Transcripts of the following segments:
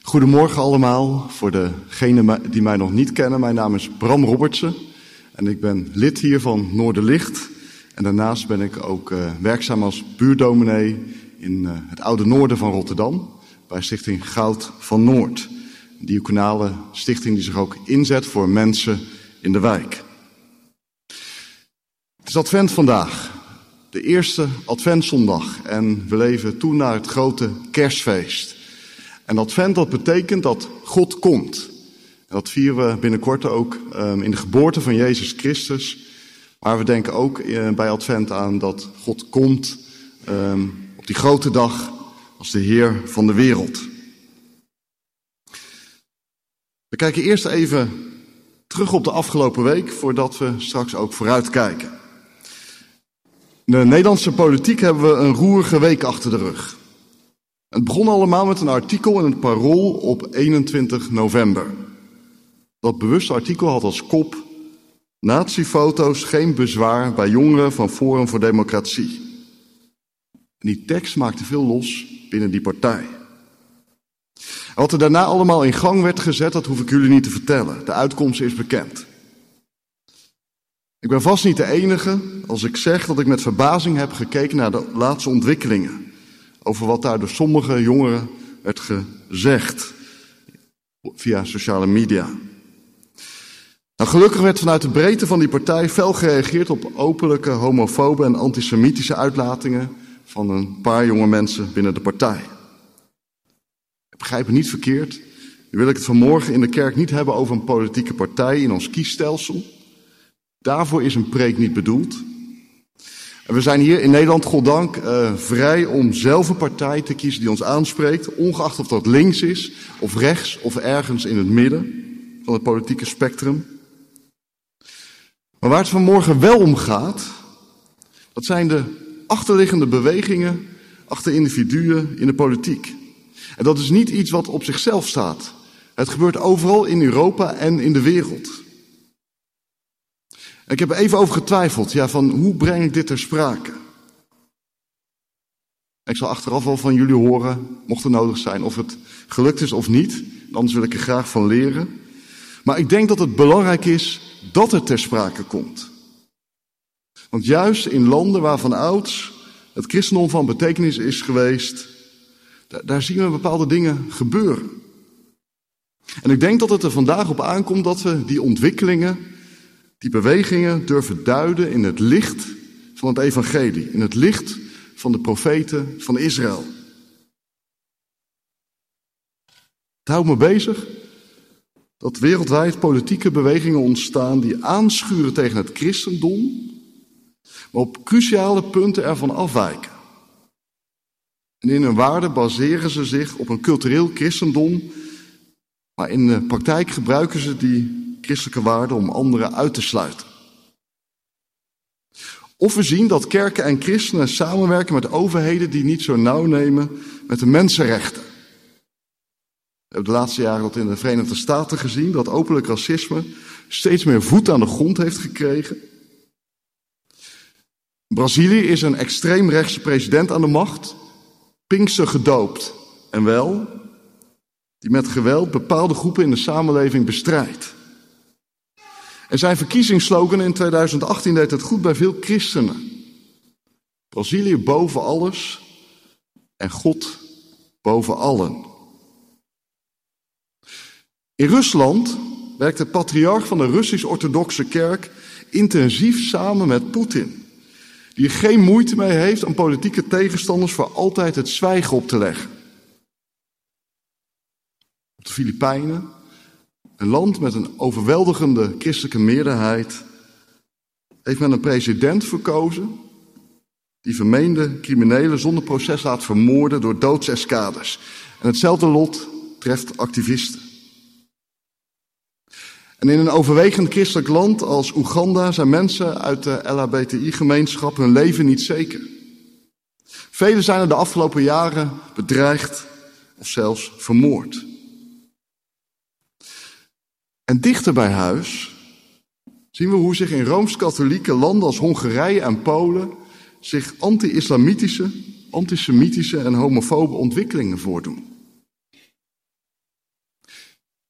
Goedemorgen allemaal. Voor degenen die mij nog niet kennen, mijn naam is Bram Robertsen en ik ben lid hier van Noorderlicht. En daarnaast ben ik ook werkzaam als buurdominee in het oude noorden van Rotterdam bij Stichting Goud van Noord. Een diaconale stichting die zich ook inzet voor mensen in de wijk. Het is Advent vandaag, de eerste Adventszondag en we leven toe naar het grote kerstfeest. En Advent, dat betekent dat God komt. En dat vieren we binnenkort ook in de geboorte van Jezus Christus. Maar we denken ook bij Advent aan dat God komt op die grote dag als de Heer van de wereld. We kijken eerst even terug op de afgelopen week voordat we straks ook vooruitkijken. In de Nederlandse politiek hebben we een roerige week achter de rug. Het begon allemaal met een artikel in het Parool op 21 november. Dat bewuste artikel had als kop: Natiefoto's geen bezwaar bij jongeren van Forum voor Democratie. En die tekst maakte veel los binnen die partij. En wat er daarna allemaal in gang werd gezet, dat hoef ik jullie niet te vertellen. De uitkomst is bekend. Ik ben vast niet de enige als ik zeg dat ik met verbazing heb gekeken naar de laatste ontwikkelingen. Over wat daar door sommige jongeren werd gezegd via sociale media. Nou, gelukkig werd vanuit de breedte van die partij fel gereageerd op openlijke homofobe en antisemitische uitlatingen van een paar jonge mensen binnen de partij. Ik begrijp het niet verkeerd. Nu wil ik het vanmorgen in de kerk niet hebben over een politieke partij in ons kiesstelsel. Daarvoor is een preek niet bedoeld. En we zijn hier in Nederland, goddank, vrij om zelf een partij te kiezen die ons aanspreekt, ongeacht of dat links is, of rechts, of ergens in het midden van het politieke spectrum. Maar waar het vanmorgen wel om gaat, dat zijn de achterliggende bewegingen achter individuen in de politiek. En dat is niet iets wat op zichzelf staat. Het gebeurt overal in Europa en in de wereld. Ik heb er even over getwijfeld, van hoe breng ik dit ter sprake? Ik zal achteraf wel van jullie horen, mocht het nodig zijn, of het gelukt is of niet. Anders wil ik er graag van leren. Maar ik denk dat het belangrijk is dat het ter sprake komt. Want juist in landen waar van ouds het christendom van betekenis is geweest, daar zien we bepaalde dingen gebeuren. En ik denk dat het er vandaag op aankomt dat we die ontwikkelingen, die bewegingen durven duiden in het licht van het evangelie. In het licht van de profeten van Israël. Het houdt me bezig dat wereldwijd politieke bewegingen ontstaan die aanschuren tegen het christendom, maar op cruciale punten ervan afwijken. En in hun waarde baseren ze zich op een cultureel christendom, maar in de praktijk gebruiken ze die christelijke waarden om anderen uit te sluiten. Of we zien dat kerken en christenen samenwerken met overheden die niet zo nauw nemen met de mensenrechten. We hebben de laatste jaren dat in de Verenigde Staten gezien, dat openlijk racisme steeds meer voet aan de grond heeft gekregen. Brazilië is een extreemrechtse president aan de macht, Pinkster gedoopt en wel, die met geweld bepaalde groepen in de samenleving bestrijdt. En zijn verkiezingsslogan in 2018 deed het goed bij veel christenen. Brazilië boven alles en God boven allen. In Rusland werkt de patriarch van de Russisch-orthodoxe kerk intensief samen met Poetin, die er geen moeite mee heeft om politieke tegenstanders voor altijd het zwijgen op te leggen. Op de Filipijnen, een land met een overweldigende christelijke meerderheid, heeft men een president verkozen die vermeende criminelen zonder proces laat vermoorden door doodseskaders. En hetzelfde lot treft activisten. En in een overwegend christelijk land als Oeganda zijn mensen uit de LHBTI-gemeenschap hun leven niet zeker. Velen zijn er de afgelopen jaren bedreigd of zelfs vermoord. En dichter bij huis zien we hoe zich in Rooms-katholieke landen als Hongarije en Polen zich anti-islamitische, antisemitische en homofobe ontwikkelingen voordoen.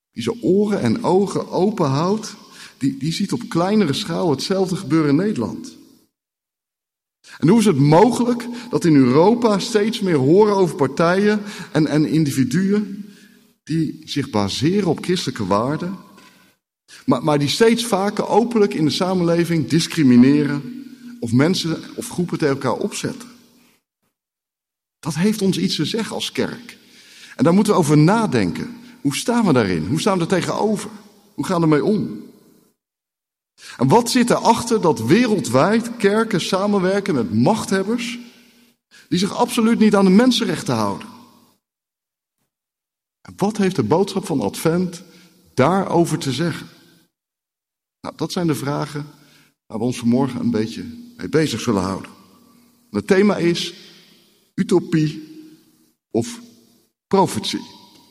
die zijn oren en ogen open houdt, die ziet op kleinere schaal hetzelfde gebeuren in Nederland. En hoe is het mogelijk dat in Europa steeds meer horen over partijen en individuen die zich baseren op christelijke waarden, maar die steeds vaker openlijk in de samenleving discrimineren of mensen of groepen tegen elkaar opzetten? Dat heeft ons iets te zeggen als kerk. En daar moeten we over nadenken. Hoe staan we daarin? Hoe staan we er tegenover? Hoe gaan we ermee om? En wat zit erachter dat wereldwijd kerken samenwerken met machthebbers die zich absoluut niet aan de mensenrechten houden? En wat heeft de boodschap van Advent daarover te zeggen? Nou, dat zijn de vragen waar we ons vanmorgen een beetje mee bezig zullen houden. En het thema is utopie of profetie.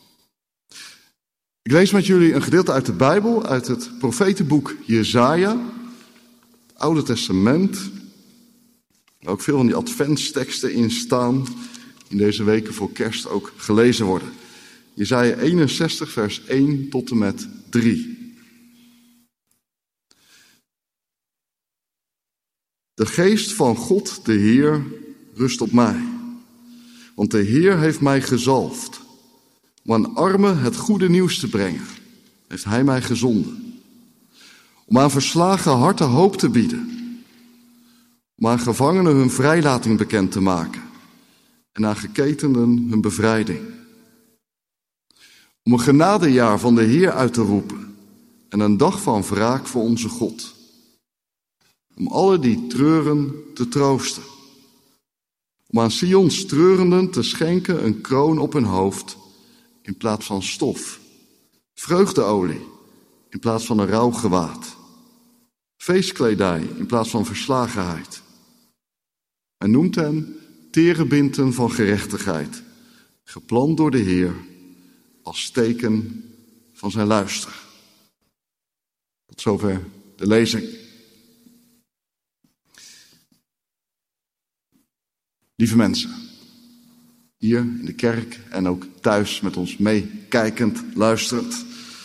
Ik lees met jullie een gedeelte uit de Bijbel, uit het profetenboek Jesaja, het Oude Testament, waar ook veel van die adventsteksten in staan, in deze weken voor kerst ook gelezen worden. Jesaja 61 vers 1 tot en met 3. De geest van God, de Heer, rust op mij. Want de Heer heeft mij gezalfd om aan armen het goede nieuws te brengen. Heeft Hij mij gezonden. Om aan verslagen harten hoop te bieden. Om aan gevangenen hun vrijlating bekend te maken. En aan geketenden hun bevrijding. Om een genadejaar van de Heer uit te roepen. En een dag van wraak voor onze God. Om alle die treuren te troosten. Om aan Sions treurenden te schenken een kroon op hun hoofd in plaats van stof. Vreugdeolie in plaats van een rouwgewaad. Feestkledij in plaats van verslagenheid. En noemt hen terebinten van gerechtigheid, geplant door de Heer als teken van zijn luister. Tot zover de lezing. Lieve mensen, hier in de kerk en ook thuis met ons meekijkend, luisterend.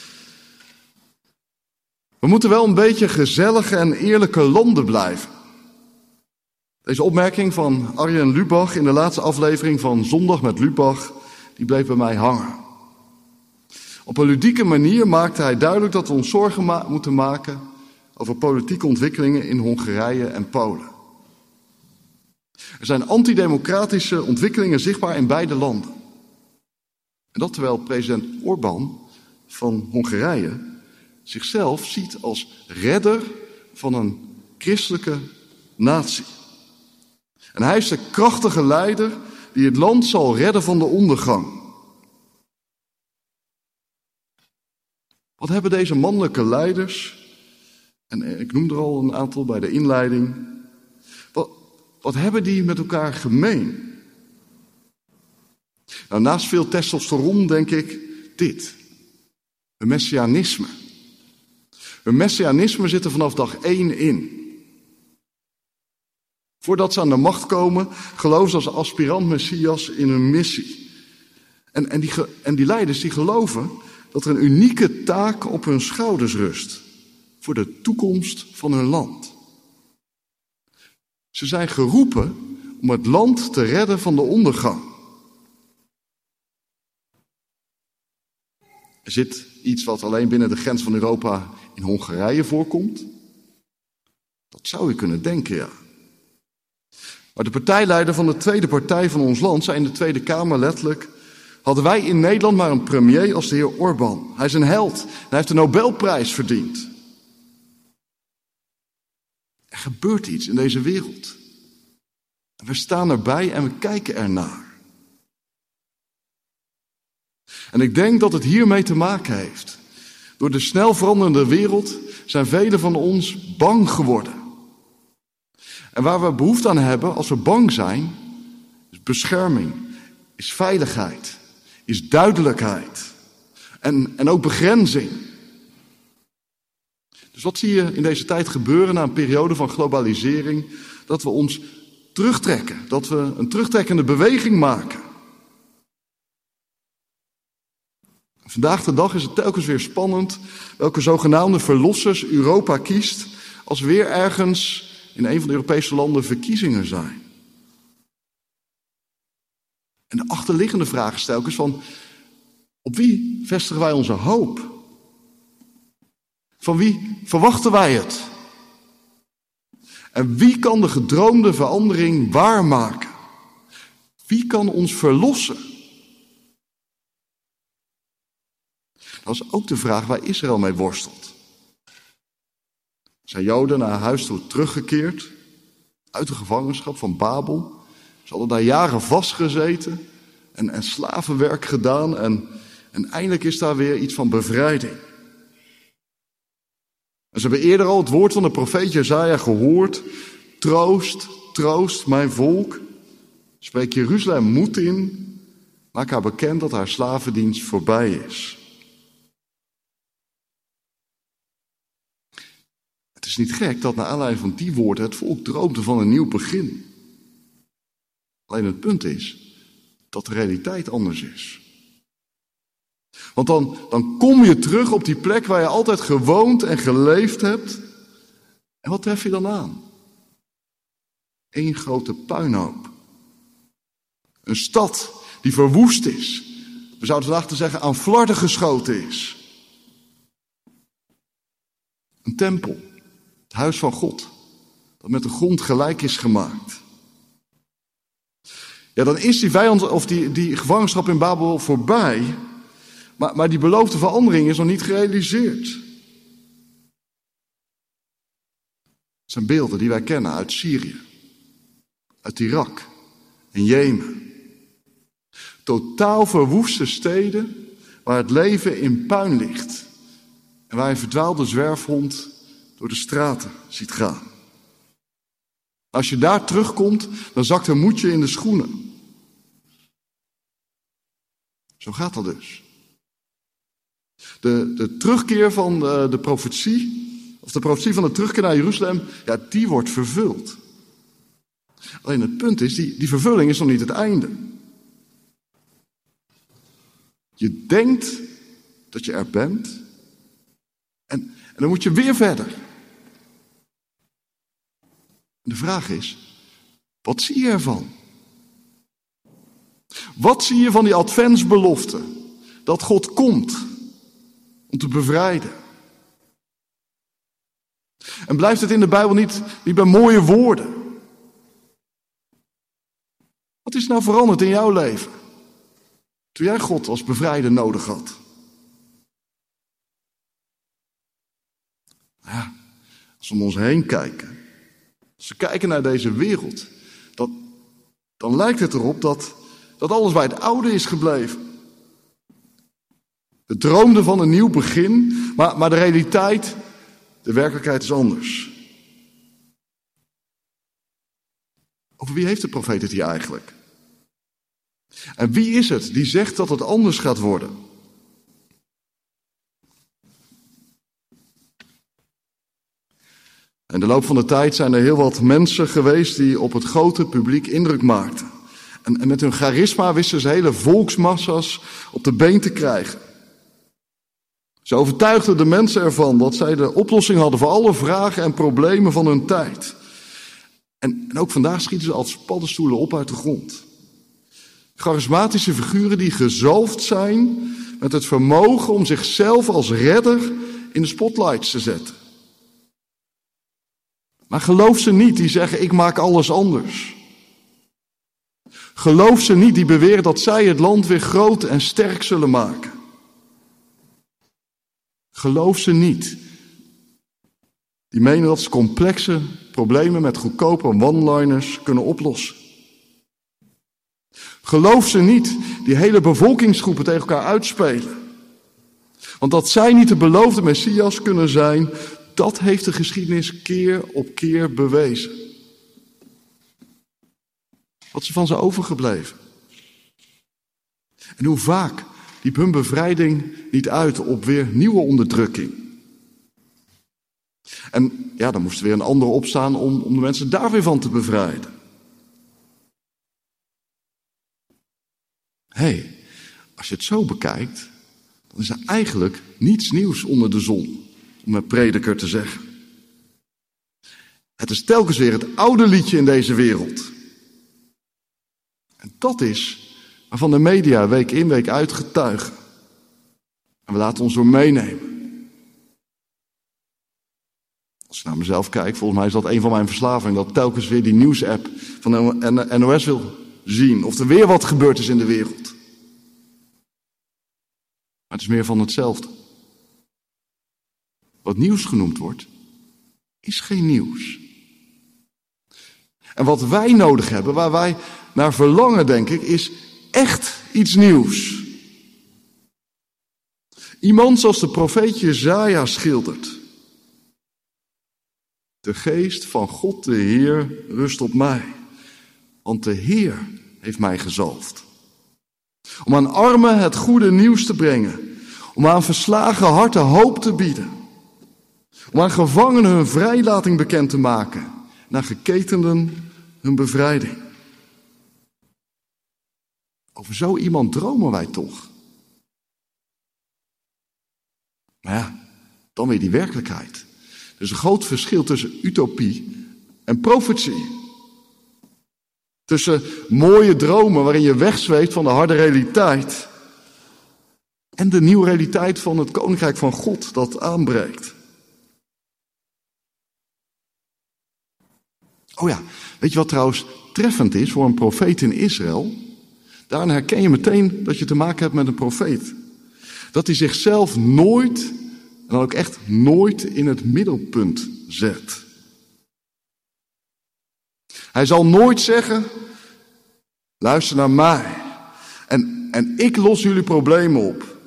We moeten wel een beetje gezellige en eerlijke landen blijven. Deze opmerking van Arjen Lubach in de laatste aflevering van Zondag met Lubach, die bleef bij mij hangen. Op een ludieke manier maakte hij duidelijk dat we ons zorgen moeten maken over politieke ontwikkelingen in Hongarije en Polen. Er zijn antidemocratische ontwikkelingen zichtbaar in beide landen. En dat terwijl president Orbán van Hongarije zichzelf ziet als redder van een christelijke natie. En hij is de krachtige leider die het land zal redden van de ondergang. Wat hebben deze mannelijke leiders, en ik noem er al een aantal bij de inleiding, wat hebben die met elkaar gemeen? Nou, naast veel testosteron denk ik dit. Hun messianisme. Hun messianisme zit er vanaf dag 1 in. Voordat ze aan de macht komen, geloven ze als aspirant messias in hun missie. En die leiders die geloven dat er een unieke taak op hun schouders rust. Voor de toekomst van hun land. Ze zijn geroepen om het land te redden van de ondergang. Er zit iets wat alleen binnen de grens van Europa in Hongarije voorkomt. Dat zou je kunnen denken, ja. Maar de partijleider van de tweede partij van ons land zei in de Tweede Kamer letterlijk: hadden wij in Nederland maar een premier als de heer Orbán. Hij is een held en hij heeft de Nobelprijs verdiend. Er gebeurt iets in deze wereld. En we staan erbij en we kijken ernaar. En ik denk dat het hiermee te maken heeft. Door de snel veranderende wereld zijn velen van ons bang geworden. En waar we behoefte aan hebben als we bang zijn, is bescherming, is veiligheid, is duidelijkheid en ook begrenzing. Dus wat zie je in deze tijd gebeuren na een periode van globalisering? Dat we ons terugtrekken, dat we een terugtrekkende beweging maken. Vandaag de dag is het telkens weer spannend welke zogenaamde verlossers Europa kiest als weer ergens in een van de Europese landen verkiezingen zijn. En de achterliggende vraag is telkens van, op wie vestigen wij onze hoop? Van wie verwachten wij het? En wie kan de gedroomde verandering waarmaken? Wie kan ons verlossen? Dat is ook de vraag waar Israël mee worstelt. Zijn Joden naar huis toe teruggekeerd, uit de gevangenschap van Babel. Ze hadden daar jaren vastgezeten en slavenwerk gedaan en eindelijk is daar weer iets van bevrijding. En ze hebben eerder al het woord van de profeet Jesaja gehoord. Troost, troost mijn volk. Spreek Jeruzalem moed in. Maak haar bekend dat haar slavendienst voorbij is. Het is niet gek dat naar aanleiding van die woorden het volk droomde van een nieuw begin. Alleen het punt is dat de realiteit anders is. Want dan kom je terug op die plek waar je altijd gewoond en geleefd hebt. En wat tref je dan aan? Eén grote puinhoop. Een stad die verwoest is. We zouden vandaag te zeggen aan flarden geschoten is. Een tempel, het huis van God, dat met de grond gelijk is gemaakt. Ja, dan is die vijand of die gevangenschap in Babel voorbij. Maar die beloofde verandering is nog niet gerealiseerd. Het zijn beelden die wij kennen uit Syrië, uit Irak en Jemen. Totaal verwoeste steden waar het leven in puin ligt. En waar je een verdwaalde zwerfhond door de straten ziet gaan. Als je daar terugkomt, dan zakt een moedje in de schoenen. Zo gaat dat dus. De terugkeer van de profetie, of de profetie van de terugkeer naar Jeruzalem, ja, die wordt vervuld. Alleen het punt is, die vervulling is nog niet het einde. Je denkt dat je er bent en dan moet je weer verder. En de vraag is, wat zie je ervan? Wat zie je van die adventsbelofte? Dat God komt om te bevrijden. En blijft het in de Bijbel niet bij mooie woorden? Wat is nou veranderd in jouw leven? Toen jij God als bevrijder nodig had. Ja, als we om ons heen kijken. Als we kijken naar deze wereld. Dan lijkt het erop dat alles bij het oude is gebleven. We droomden van een nieuw begin, maar de realiteit, de werkelijkheid is anders. Over wie heeft de profeet het hier eigenlijk? En wie is het die zegt dat het anders gaat worden? In de loop van de tijd zijn er heel wat mensen geweest die op het grote publiek indruk maakten. En met hun charisma wisten ze hele volksmassa's op de been te krijgen. Ze overtuigden de mensen ervan dat zij de oplossing hadden voor alle vragen en problemen van hun tijd. En ook vandaag schieten ze als paddenstoelen op uit de grond. Charismatische figuren die gezalfd zijn met het vermogen om zichzelf als redder in de spotlights te zetten. Maar geloof ze niet die zeggen, ik maak alles anders. Geloof ze niet die beweren dat zij het land weer groot en sterk zullen maken. Geloof ze niet die menen dat ze complexe problemen met goedkope one-liners kunnen oplossen. Geloof ze niet die hele bevolkingsgroepen tegen elkaar uitspelen. Want dat zij niet de beloofde Messias kunnen zijn, dat heeft de geschiedenis keer op keer bewezen. Wat is er van ze overgebleven? En hoe vaak liep hun bevrijding niet uit op weer nieuwe onderdrukking? En ja, dan moest er weer een ander opstaan om de mensen daar weer van te bevrijden. Als je het zo bekijkt, dan is er eigenlijk niets nieuws onder de zon, om een prediker te zeggen. Het is telkens weer het oude liedje in deze wereld. En dat is waarvan de media week in week uit getuigen. En we laten ons door meenemen. Als ik naar mezelf kijk, volgens mij is dat een van mijn verslavingen, dat telkens weer die nieuwsapp van de NOS wil zien. Of er weer wat gebeurd is in de wereld. Maar het is meer van hetzelfde. Wat nieuws genoemd wordt, is geen nieuws. En wat wij nodig hebben, waar wij naar verlangen, denk ik, is echt iets nieuws. Iemand zoals de profeet Jesaja schildert. De geest van God de Heer rust op mij, want de Heer heeft mij gezalfd. Om aan armen het goede nieuws te brengen, om aan verslagen harten hoop te bieden. Om aan gevangenen hun vrijlating bekend te maken, en aan geketenden hun bevrijding. Over zo iemand dromen wij toch. Maar ja, dan weer die werkelijkheid. Er is een groot verschil tussen utopie en profetie. Tussen mooie dromen waarin je wegzweeft van de harde realiteit en de nieuwe realiteit van het koninkrijk van God dat aanbreekt. Oh ja, weet je wat trouwens treffend is voor een profeet in Israël? Daarin herken je meteen dat je te maken hebt met een profeet. Dat hij zichzelf nooit, en dan ook echt nooit, in het middelpunt zet. Hij zal nooit zeggen, luister naar mij en ik los jullie problemen op.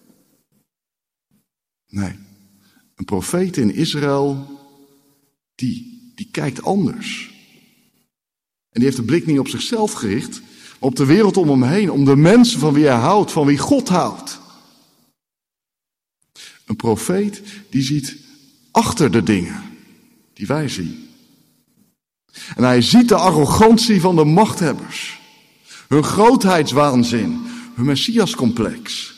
Nee, een profeet in Israël, die kijkt anders. En die heeft de blik niet op zichzelf gericht, maar op de wereld om hem heen, om de mensen van wie hij houdt, van wie God houdt. Een profeet die ziet achter de dingen die wij zien. En hij ziet de arrogantie van de machthebbers, hun grootheidswaanzin, hun messiascomplex.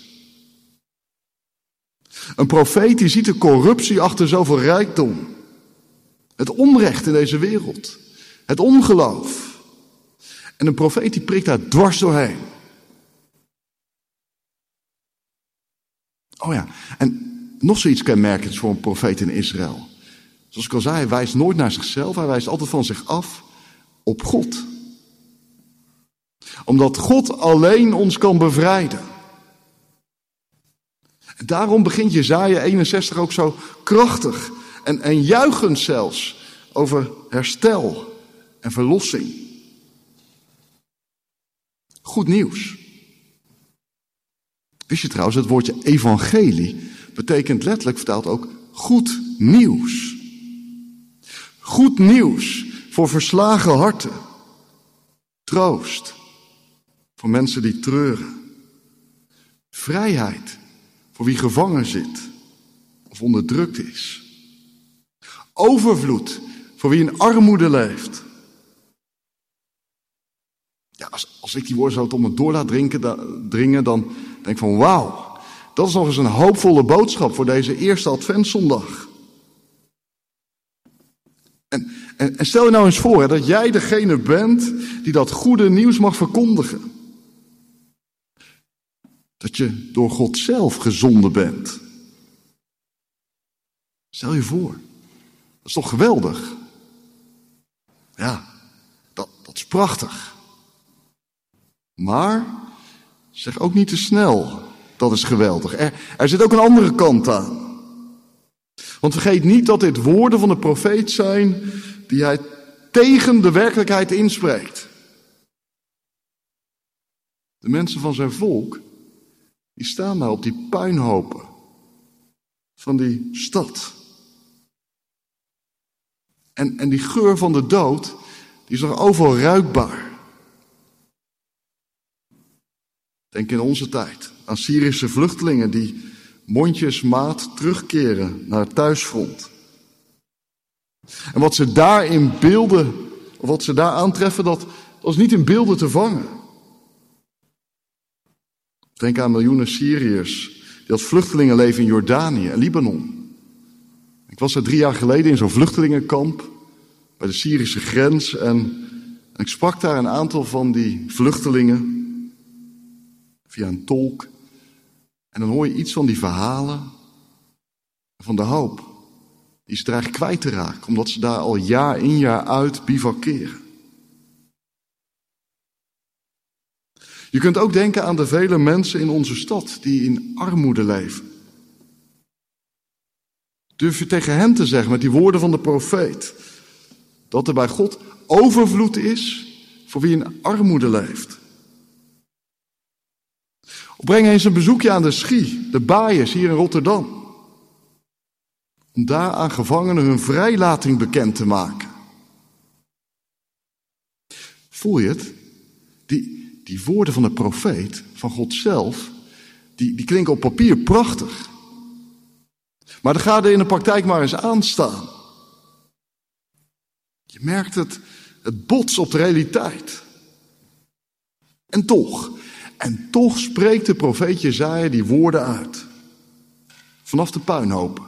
Een profeet die ziet de corruptie achter zoveel rijkdom, het onrecht in deze wereld, het ongeloof. En een profeet die prikt daar dwars doorheen. Oh ja, en nog zoiets kenmerkends voor een profeet in Israël. Zoals ik al zei, hij wijst nooit naar zichzelf, hij wijst altijd van zich af op God. Omdat God alleen ons kan bevrijden. En daarom begint Jesaja 61 ook zo krachtig en juichend zelfs over herstel en verlossing. Goed nieuws. Wist je trouwens, het woordje evangelie betekent letterlijk vertaald ook goed nieuws. Goed nieuws voor verslagen harten. Troost voor mensen die treuren. Vrijheid voor wie gevangen zit of onderdrukt is. Overvloed voor wie in armoede leeft. Ja, als ik die woorden zo tot me door laat dringen, dan denk ik van wauw, dat is nog eens een hoopvolle boodschap voor deze eerste Adventszondag. En stel je nou eens voor dat jij degene bent die dat goede nieuws mag verkondigen. Dat je door God zelf gezonden bent. Stel je voor. Dat is toch geweldig? Ja, dat is prachtig. Maar zeg ook niet te snel, dat is geweldig. Er zit ook een andere kant aan. Want vergeet niet dat dit woorden van de profeet zijn die hij tegen de werkelijkheid inspreekt. De mensen van zijn volk, die staan daar op die puinhopen van die stad. En die geur van de dood, die is nog overal ruikbaar. Denk in onze tijd aan Syrische vluchtelingen die mondjesmaat terugkeren naar het thuisfront. En wat ze daar in beelden, of wat ze daar aantreffen, dat is niet in beelden te vangen. Denk aan miljoenen Syriërs die als vluchtelingen leven in Jordanië en Libanon. Ik was er 3 jaar geleden in zo'n vluchtelingenkamp bij de Syrische grens en ik sprak daar een aantal van die vluchtelingen via een tolk. En dan hoor je iets van die verhalen van de hoop die ze dreigen kwijt te raken, omdat ze daar al jaar in jaar uit bivakeren. Je kunt ook denken aan de vele mensen in onze stad die in armoede leven. Durf je tegen hen te zeggen met die woorden van de profeet, dat er bij God overvloed is voor wie in armoede leeft? Of breng eens een bezoekje aan de Schie, de Baaiers hier in Rotterdam. Om daar aan gevangenen hun vrijlating bekend te maken. Voel je het? Die woorden van de profeet, van God zelf, die klinken op papier prachtig. Maar dan ga er in de praktijk maar eens aan staan. Je merkt het bots op de realiteit. En toch spreekt de profeet Jesaja die woorden uit. Vanaf de puinhopen.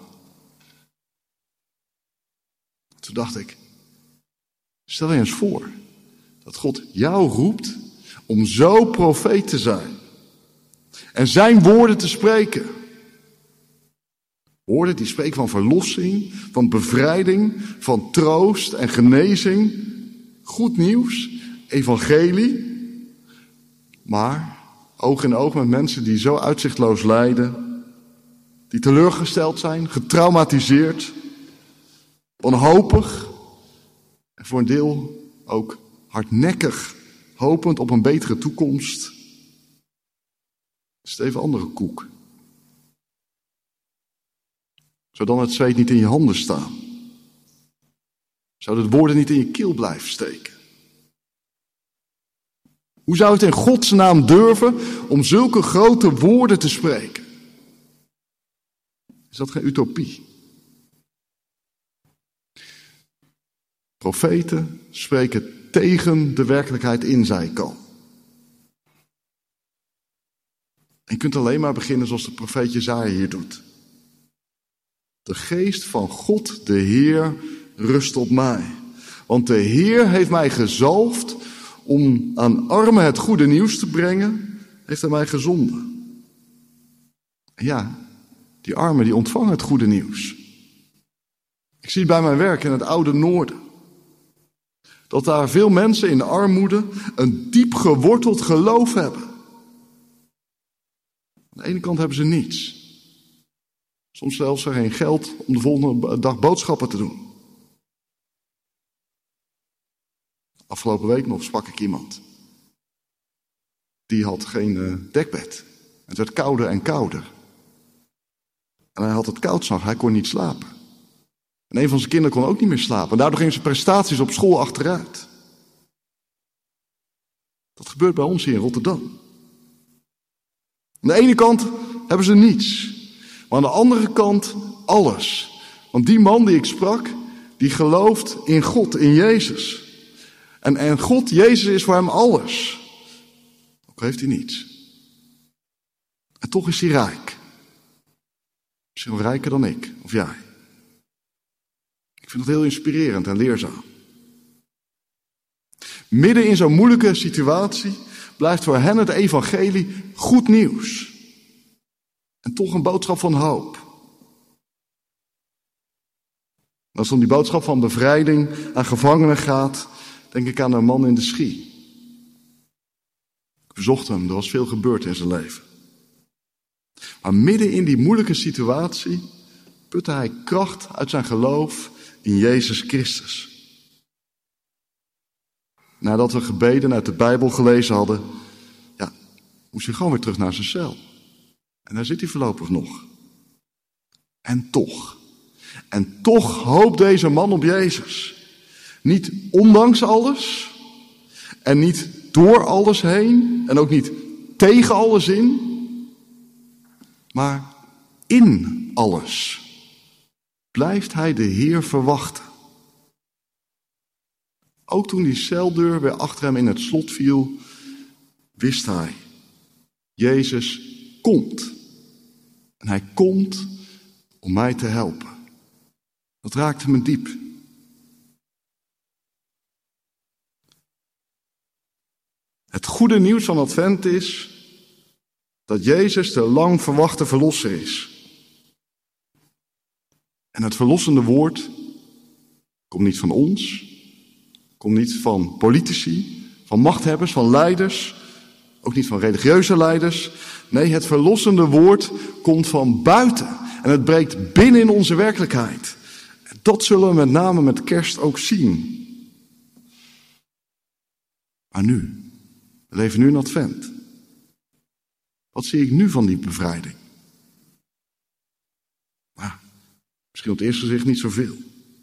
Toen dacht ik, stel je eens voor dat God jou roept om zo profeet te zijn. En zijn woorden te spreken. Woorden die spreken van verlossing, van bevrijding, van troost en genezing. Goed nieuws, evangelie. Maar oog in oog met mensen die zo uitzichtloos lijden. Die teleurgesteld zijn, getraumatiseerd. Wanhopig. En voor een deel ook hardnekkig. Hopend op een betere toekomst. Dat is het even andere koek. Zou dan het zweet niet in je handen staan? Zouden de woorden niet in je keel blijven steken? Hoe zou het in Gods naam durven om zulke grote woorden te spreken? Is dat geen utopie? Profeten spreken tegen de werkelijkheid in, zei ik al. En je kunt alleen maar beginnen zoals de profeet Jesaja hier doet. De geest van God, de Heer, rust op mij. Want de Heer heeft mij gezalfd om aan armen het goede nieuws te brengen, heeft hij mij gezonden. En ja, die armen die ontvangen het goede nieuws. Ik zie bij mijn werk in het oude noorden. Dat daar veel mensen in armoede een diep geworteld geloof hebben. Aan de ene kant hebben ze niets. Soms zelfs geen geld om de volgende dag boodschappen te doen. Afgelopen week nog sprak ik iemand. Die had geen dekbed. Het werd kouder en kouder. En hij had het koud 's nachts, hij kon niet slapen. En een van zijn kinderen kon ook niet meer slapen. En daardoor gingen zijn prestaties op school achteruit. Dat gebeurt bij ons hier in Rotterdam. Aan de ene kant hebben ze niets. Maar aan de andere kant alles. Want die man die ik sprak, die gelooft in God, in Jezus. En God, Jezus, is voor hem alles. Ook heeft hij niets. En toch is hij rijk. Misschien wel rijker dan ik, of jij. Ik vind dat heel inspirerend en leerzaam. Midden in zo'n moeilijke situatie blijft voor hen het evangelie goed nieuws. En toch een boodschap van hoop. Als het om die boodschap van bevrijding aan gevangenen gaat, denk ik aan een man in de Schie. Ik bezocht hem, er was veel gebeurd in zijn leven. Maar midden in die moeilijke situatie putte hij kracht uit zijn geloof in Jezus Christus. Nadat we gebeden uit de Bijbel gelezen hadden, moest hij gewoon weer terug naar zijn cel. En daar zit hij voorlopig nog. En toch hoopt deze man op Jezus. Niet ondanks alles. En niet door alles heen. En ook niet tegen alles in. Maar in alles blijft hij de Heer verwachten. Ook toen die celdeur weer achter hem in het slot viel, wist hij. Jezus komt. En hij komt om mij te helpen. Dat raakte me diep. Het goede nieuws van Advent is dat Jezus de lang verwachte verlosser is. En het verlossende woord komt niet van ons, komt niet van politici, van machthebbers, van leiders, ook niet van religieuze leiders. Nee, het verlossende woord komt van buiten en het breekt binnen in onze werkelijkheid. En dat zullen we met name met kerst ook zien. Maar nu, we leven nu in Advent. Wat zie ik nu van die bevrijding? Misschien op het eerste gezicht niet zoveel.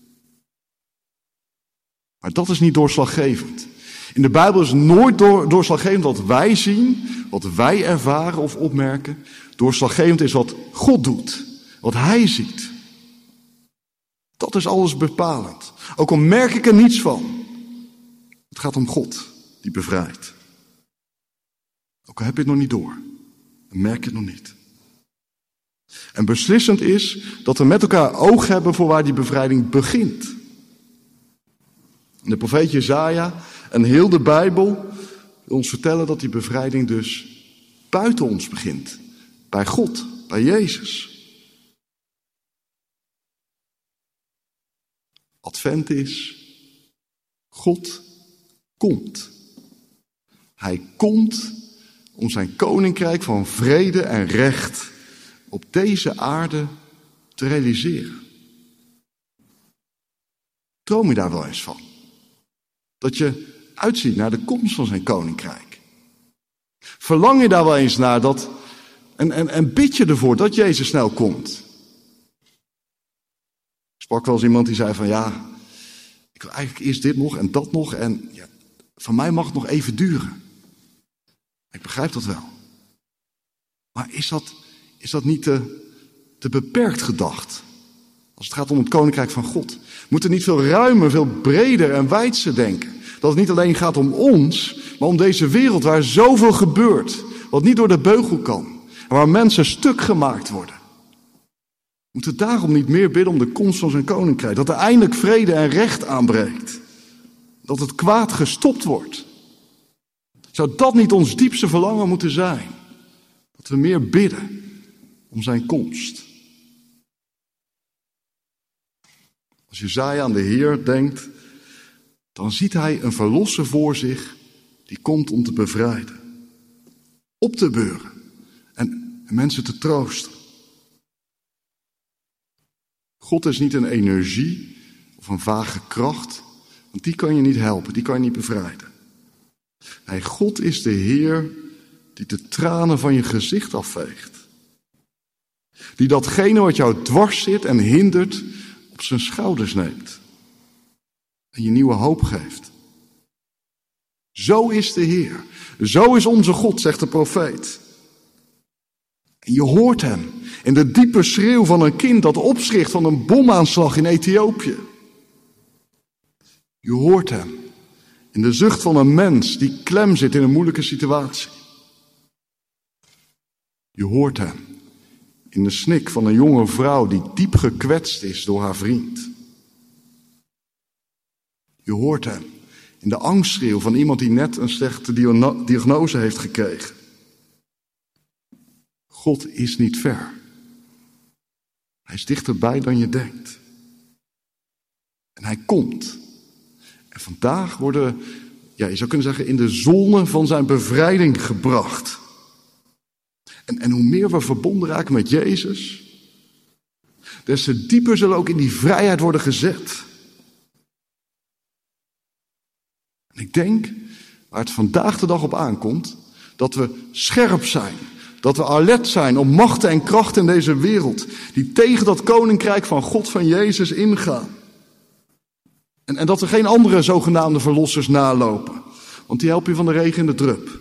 Maar dat is niet doorslaggevend. In de Bijbel is nooit doorslaggevend wat wij zien, wat wij ervaren of opmerken. Doorslaggevend is wat God doet, wat Hij ziet. Dat is alles bepalend. Ook al merk ik er niets van. Het gaat om God die bevrijdt. Ook al heb je het nog niet door, dan merk je het nog niet. En beslissend is dat we met elkaar oog hebben voor waar die bevrijding begint. De profeet Jesaja en heel de Bijbel wil ons vertellen dat die bevrijding dus buiten ons begint. Bij God, bij Jezus. Advent is, God komt. Hij komt om zijn koninkrijk van vrede en recht op deze aarde te realiseren. Droom je daar wel eens van? Dat je uitziet naar de komst van zijn koninkrijk. Verlang je daar wel eens naar en bid je ervoor dat Jezus snel komt? Ik sprak wel eens iemand die zei van ja, ik wil eigenlijk eerst dit nog en dat nog en ja, van mij mag het nog even duren. Ik begrijp dat wel. Maar is dat niet te beperkt gedacht? Als het gaat om het koninkrijk van God. We moeten niet veel ruimer, veel breder en wijdser denken. Dat het niet alleen gaat om ons, maar om deze wereld waar zoveel gebeurt. Wat niet door de beugel kan. En waar mensen stuk gemaakt worden. We moeten daarom niet meer bidden om de komst van zijn koninkrijk. Dat er eindelijk vrede en recht aanbreekt. Dat het kwaad gestopt wordt. Zou dat niet ons diepste verlangen moeten zijn? Dat we meer bidden om zijn komst. Als Jesaja aan de Heer denkt, dan ziet hij een verlosser voor zich die komt om te bevrijden. Op te beuren en mensen te troosten. God is niet een energie of een vage kracht, want die kan je niet helpen, die kan je niet bevrijden. Nee, God is de Heer die de tranen van je gezicht afveegt. Die datgene wat jou dwars zit en hindert op zijn schouders neemt. En je nieuwe hoop geeft. Zo is de Heer. Zo is onze God, zegt de profeet. En je hoort hem in de diepe schreeuw van een kind dat opschrikt van een bomaanslag in Ethiopië. Je hoort hem in de zucht van een mens die klem zit in een moeilijke situatie. Je hoort hem in de snik van een jonge vrouw die diep gekwetst is door haar vriend. Je hoort hem in de angstschreeuw van iemand die net een slechte diagnose heeft gekregen. God is niet ver. Hij is dichterbij dan je denkt. En hij komt. En vandaag worden we, je zou kunnen zeggen, in de zone van zijn bevrijding gebracht. En hoe meer we verbonden raken met Jezus, des te dieper zullen we ook in die vrijheid worden gezet. En ik denk, waar het vandaag de dag op aankomt, dat we scherp zijn. Dat we alert zijn op machten en krachten in deze wereld, die tegen dat koninkrijk van God van Jezus ingaan. En dat we geen andere zogenaamde verlossers nalopen, want die helpen je van de regen in de drup.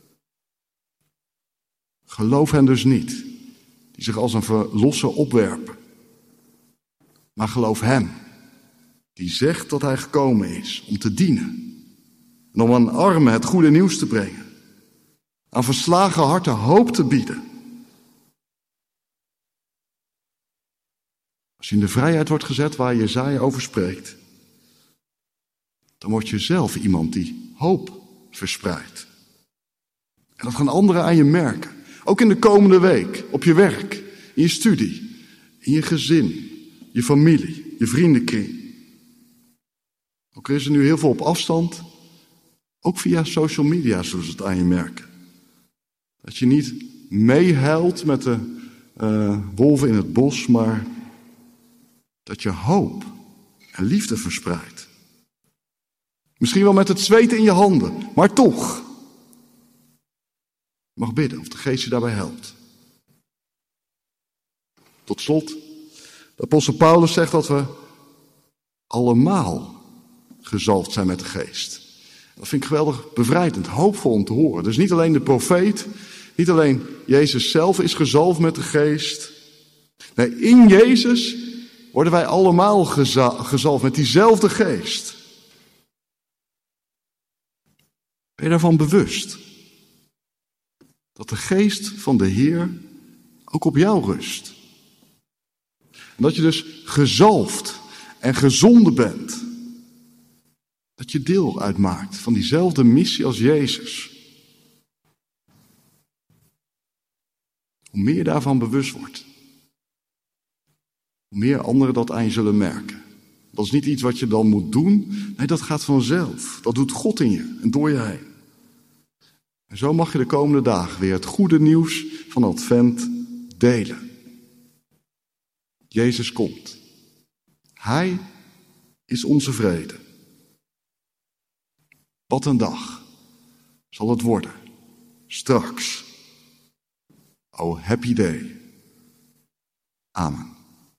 Geloof hen dus niet, die zich als een verlosser opwerpen. Maar geloof hem, die zegt dat hij gekomen is om te dienen. En om aan armen het goede nieuws te brengen. Aan verslagen harten hoop te bieden. Als je in de vrijheid wordt gezet waar Jesaja over spreekt, dan word je zelf iemand die hoop verspreidt. En dat gaan anderen aan je merken. Ook in de komende week, op je werk, in je studie, in je gezin, je familie, je vriendenkring. Ook is er nu heel veel op afstand, ook via social media zullen ze het aan je merken. Dat je niet meehuilt met de wolven in het bos, maar dat je hoop en liefde verspreidt. Misschien wel met het zweet in je handen, maar toch. Je mag bidden of de Geest je daarbij helpt. Tot slot, de apostel Paulus zegt dat we allemaal gezalfd zijn met de Geest. Dat vind ik geweldig bevrijdend, hoopvol om te horen. Dus niet alleen de profeet, niet alleen Jezus zelf is gezalfd met de Geest. Nee, in Jezus worden wij allemaal gezalfd met diezelfde Geest. Ben je daarvan bewust? Dat de Geest van de Heer ook op jou rust. En dat je dus gezalfd en gezonden bent. Dat je deel uitmaakt van diezelfde missie als Jezus. Hoe meer je daarvan bewust wordt, hoe meer anderen dat aan je zullen merken. Dat is niet iets wat je dan moet doen. Nee, dat gaat vanzelf. Dat doet God in je en door je heen. En zo mag je de komende dagen weer het goede nieuws van Advent delen. Jezus komt. Hij is onze vrede. Wat een dag zal het worden. Straks. Oh, happy day. Amen.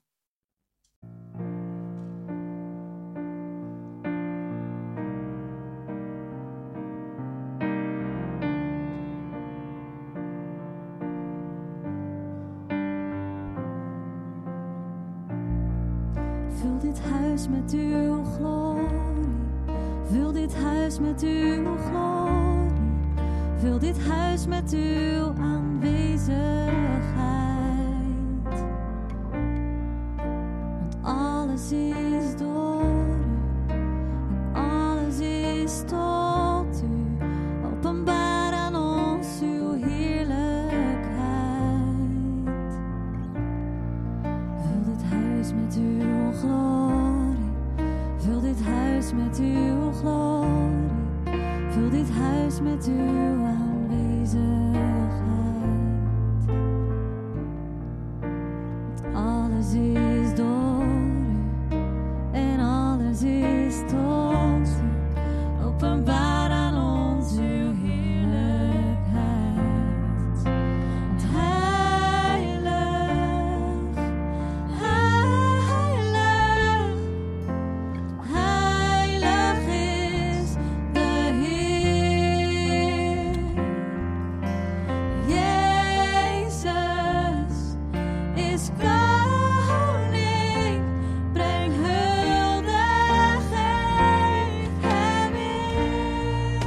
Vul dit huis met uw glorie. Vul dit huis met uw glorie. Vul dit huis met uw aanwezigheid. Want alles is door u. En alles is tot u. Openbaar aan ons uw heerlijkheid. Vul dit huis met uw glorie. Vul dit huis met uw glorie. Vul dit huis met uw aanwezigheid. Want alles is door u. En alles is tot u. Openbaar aan ons uw heerlijkheid. Want heilig, heilig, heilig is de Heer. Jezus is koning, breng huldiging hem in.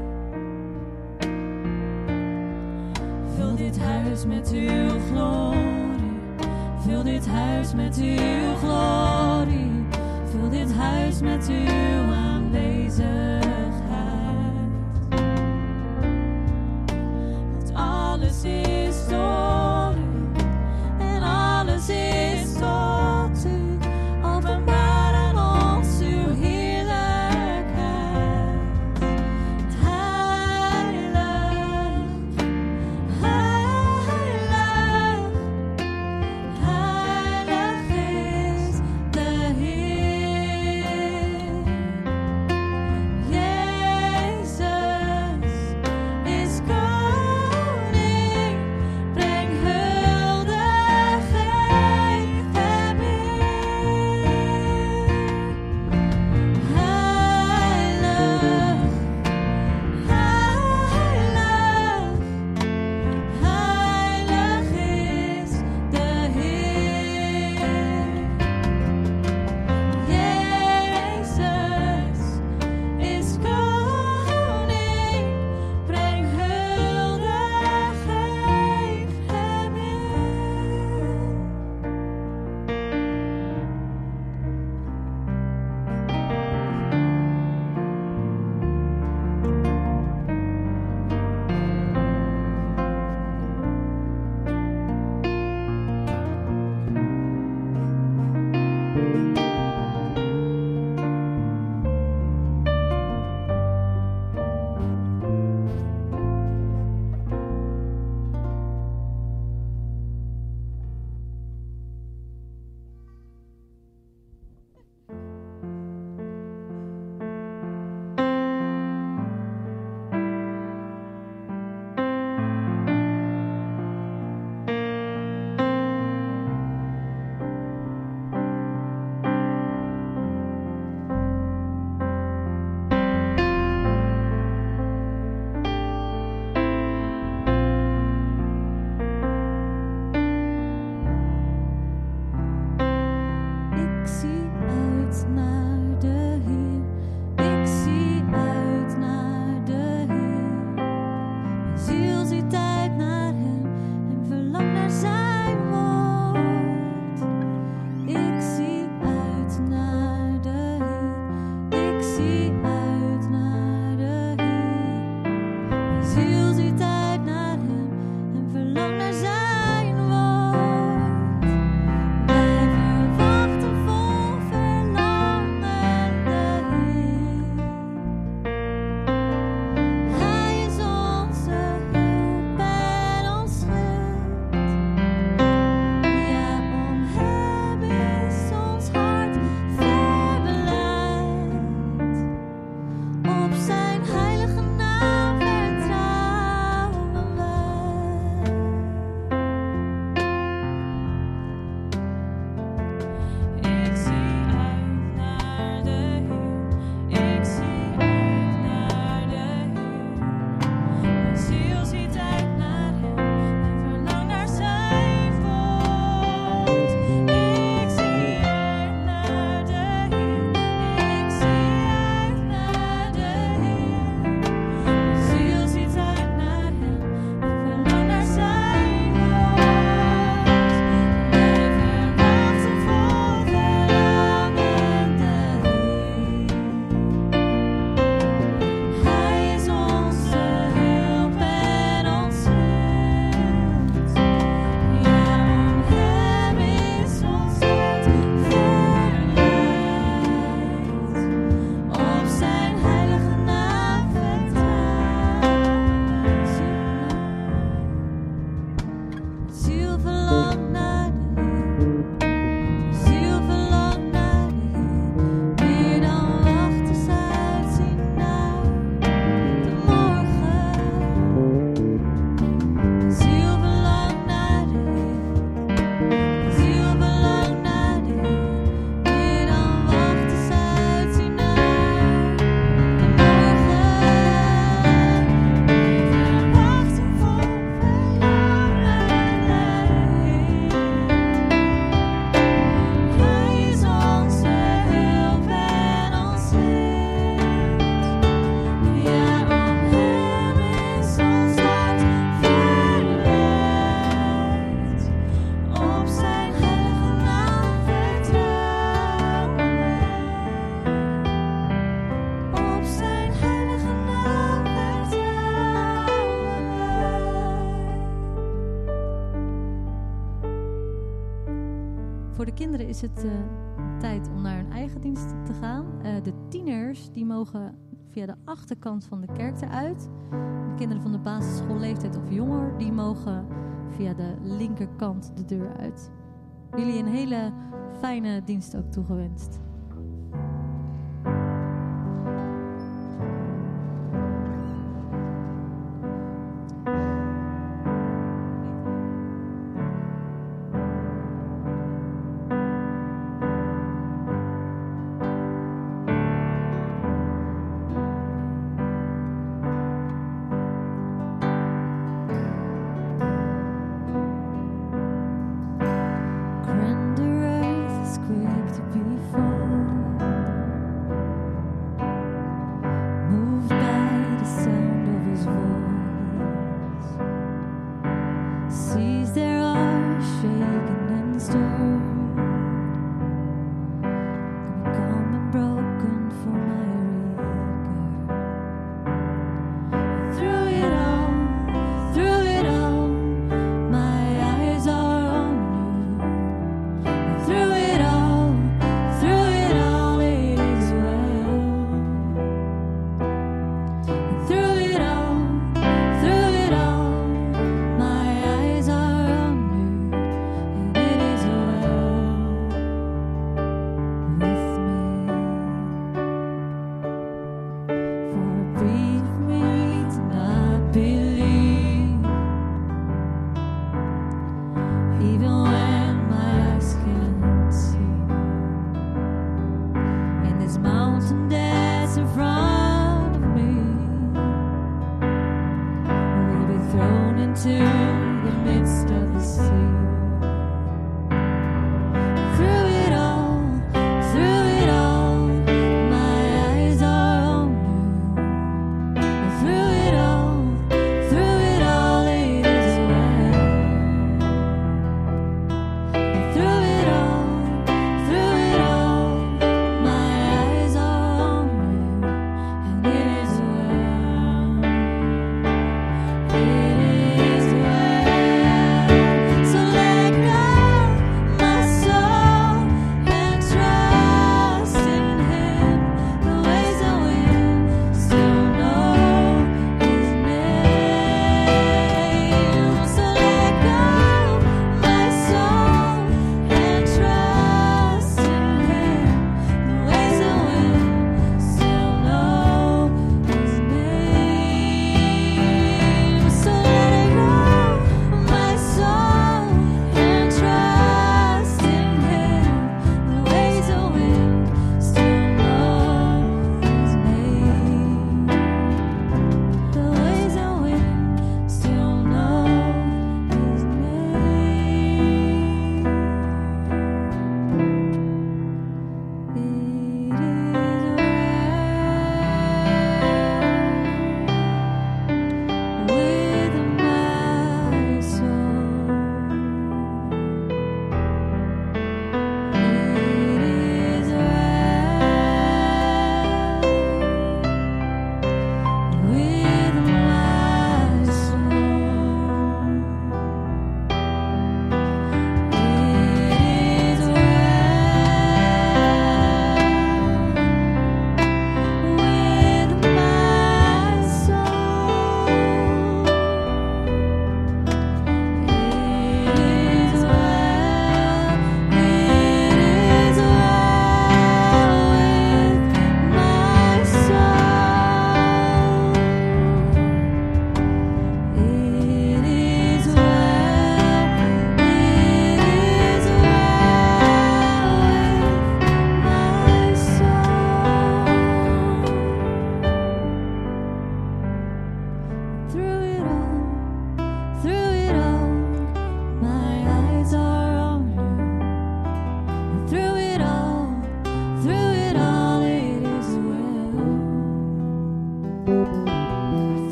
Vul dit huis met uw glorie. Vul dit huis met uw glorie. Vul dit huis met uw aanwezigheid. Want alles is door u. En alles is tot u. Openbaar aan ons uw heerlijkheid. Want heilig, heilig, heilig is de Heer. Jezus is koning, Voor de kinderen is het tijd om naar hun eigen dienst te gaan. De tieners die mogen via de achterkant van de kerk eruit. De kinderen van de basisschoolleeftijd of jonger, die mogen via de linkerkant de deur uit. Jullie een hele fijne dienst ook toegewenst. Through it all, my eyes are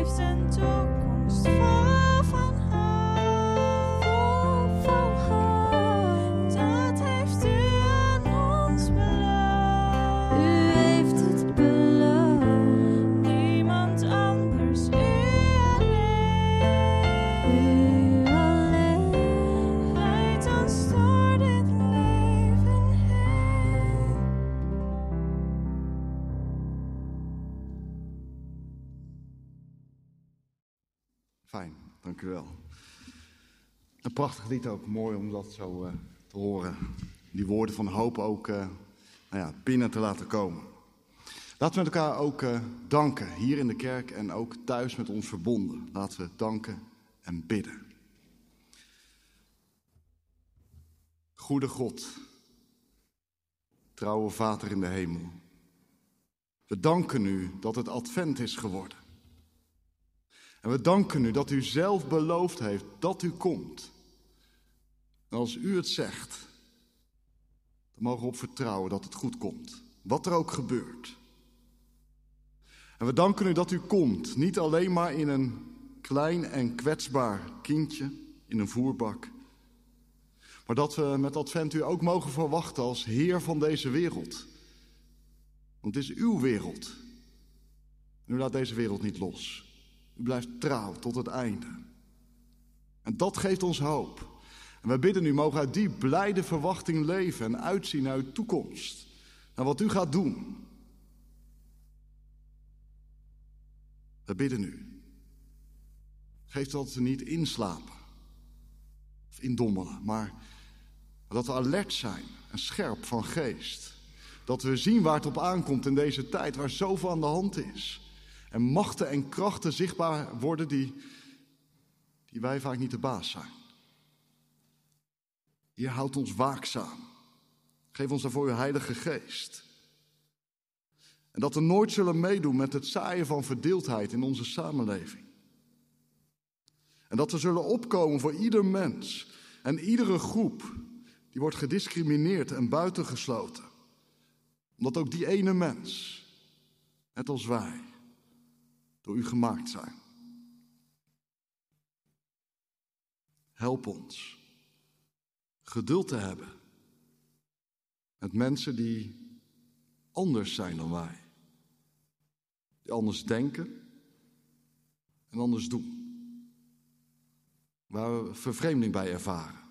heeft een toekomst vol van hoop. Vol van hoop. Dat heeft u aan ons beloofd. U heeft het beloofd. Niemand anders, u alleen. U alleen. Leidt ons door dit leven heen. Fijn, dank u wel. Een prachtig lied ook, mooi om dat zo te horen. Die woorden van hoop ook binnen te laten komen. Laten we met elkaar ook danken, hier in de kerk en ook thuis met ons verbonden. Laten we danken en bidden. Goede God, trouwe Vader in de hemel. We danken u dat het advent is geworden. En we danken u dat u zelf beloofd heeft dat u komt. En als u het zegt, dan mogen we op vertrouwen dat het goed komt. Wat er ook gebeurt. En we danken u dat u komt, niet alleen maar in een klein en kwetsbaar kindje in een voerbak. Maar dat we met advent u ook mogen verwachten als Heer van deze wereld. Want het is uw wereld. En u laat deze wereld niet los. U blijft trouw tot het einde. En dat geeft ons hoop. En we bidden u, mogen uit die blijde verwachting leven en uitzien naar uw toekomst. Naar wat u gaat doen. We bidden u. Geef dat we niet inslapen. Of indommelen. Maar dat we alert zijn en scherp van geest. Dat we zien waar het op aankomt in deze tijd waar zoveel aan de hand is. En machten en krachten zichtbaar worden die wij vaak niet de baas zijn. Heer, houd ons waakzaam. Geef ons daarvoor uw Heilige Geest. En dat we nooit zullen meedoen met het zaaien van verdeeldheid in onze samenleving. En dat we zullen opkomen voor ieder mens en iedere groep die wordt gediscrimineerd en buitengesloten. Omdat ook die ene mens, net als wij, door u gemaakt zijn. Help ons geduld te hebben met mensen die anders zijn dan wij. Die anders denken en anders doen. Waar we vervreemding bij ervaren.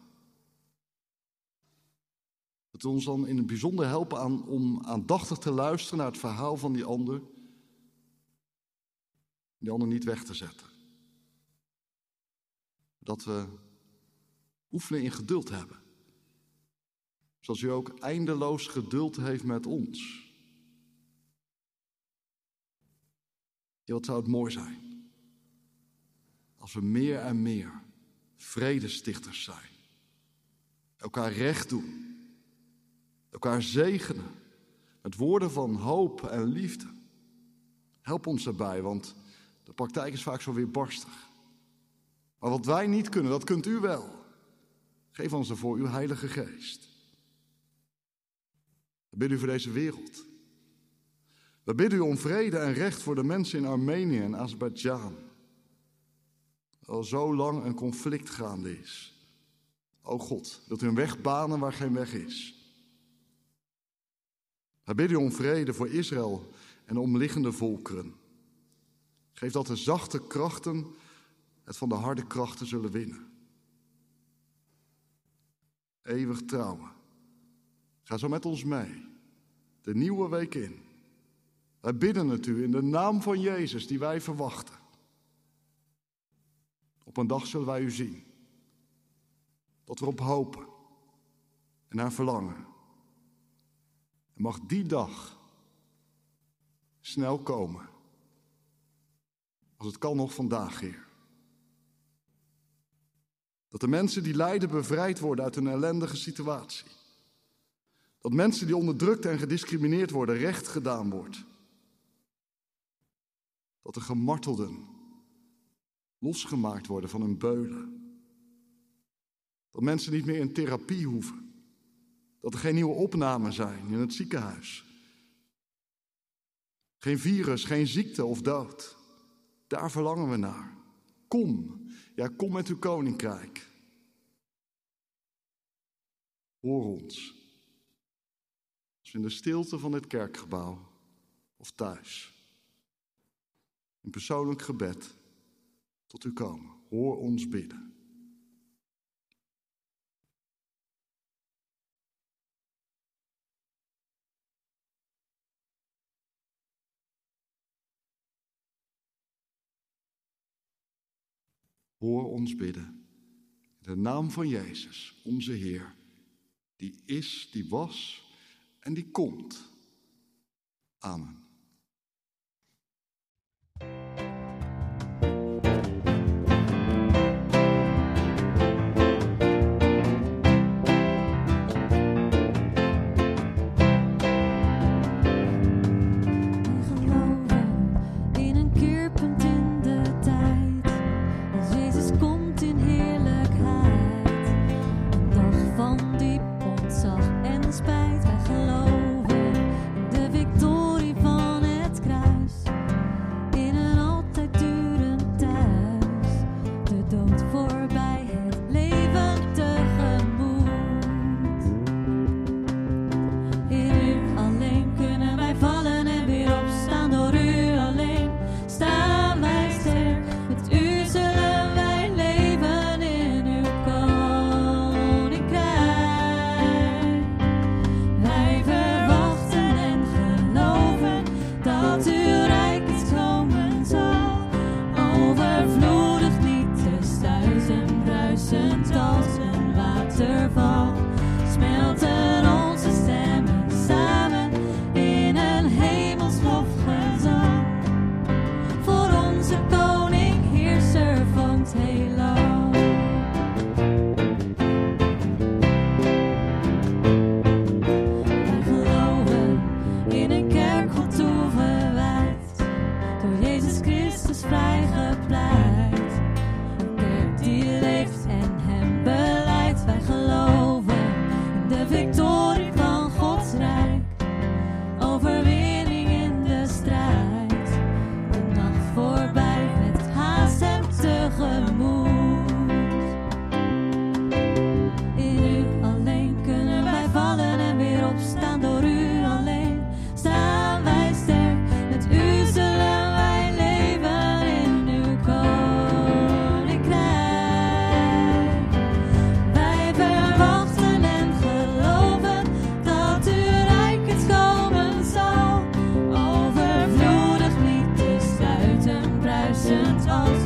Dat we ons dan in het bijzonder helpen om aandachtig te luisteren naar het verhaal van die ander. Die ander niet weg te zetten. Dat we oefenen in geduld hebben. Zoals u ook eindeloos geduld heeft met ons. Ja, wat zou het mooi zijn. Als we meer en meer vredestichters zijn. Elkaar recht doen. Elkaar zegenen. Met woorden van hoop en liefde. Help ons daarbij, want de praktijk is vaak zo weerbarstig. Maar wat wij niet kunnen, dat kunt u wel. Geef ons daarvoor uw Heilige Geest. We bidden u voor deze wereld. We bidden u om vrede en recht voor de mensen in Armenië en Azerbeidzjan. Al zo lang een conflict gaande is. O God, wilt u een weg banen waar geen weg is. We bidden u om vrede voor Israël en de omliggende volkeren. Geef dat de zachte krachten het van de harde krachten zullen winnen. Eeuwig trouwen. Ga zo met ons mee. De nieuwe week in. Wij bidden het u in de naam van Jezus die wij verwachten. Op een dag zullen wij u zien. Dat we erop hopen. En naar verlangen. En mag die dag snel komen. Als het kan nog vandaag, Heer. Dat de mensen die lijden bevrijd worden uit een ellendige situatie. Dat mensen die onderdrukt en gediscrimineerd worden recht gedaan wordt. Dat de gemartelden losgemaakt worden van hun beulen. Dat mensen niet meer in therapie hoeven. Dat er geen nieuwe opnamen zijn in het ziekenhuis. Geen virus, geen ziekte of dood. Daar verlangen we naar. Kom. Ja, kom met uw koninkrijk. Hoor ons. Als we in de stilte van dit kerkgebouw of thuis in persoonlijk gebed tot u komen. Hoor ons bidden. Hoor ons bidden. In de naam van Jezus, onze Heer, die is, die was en die komt. Amen. Als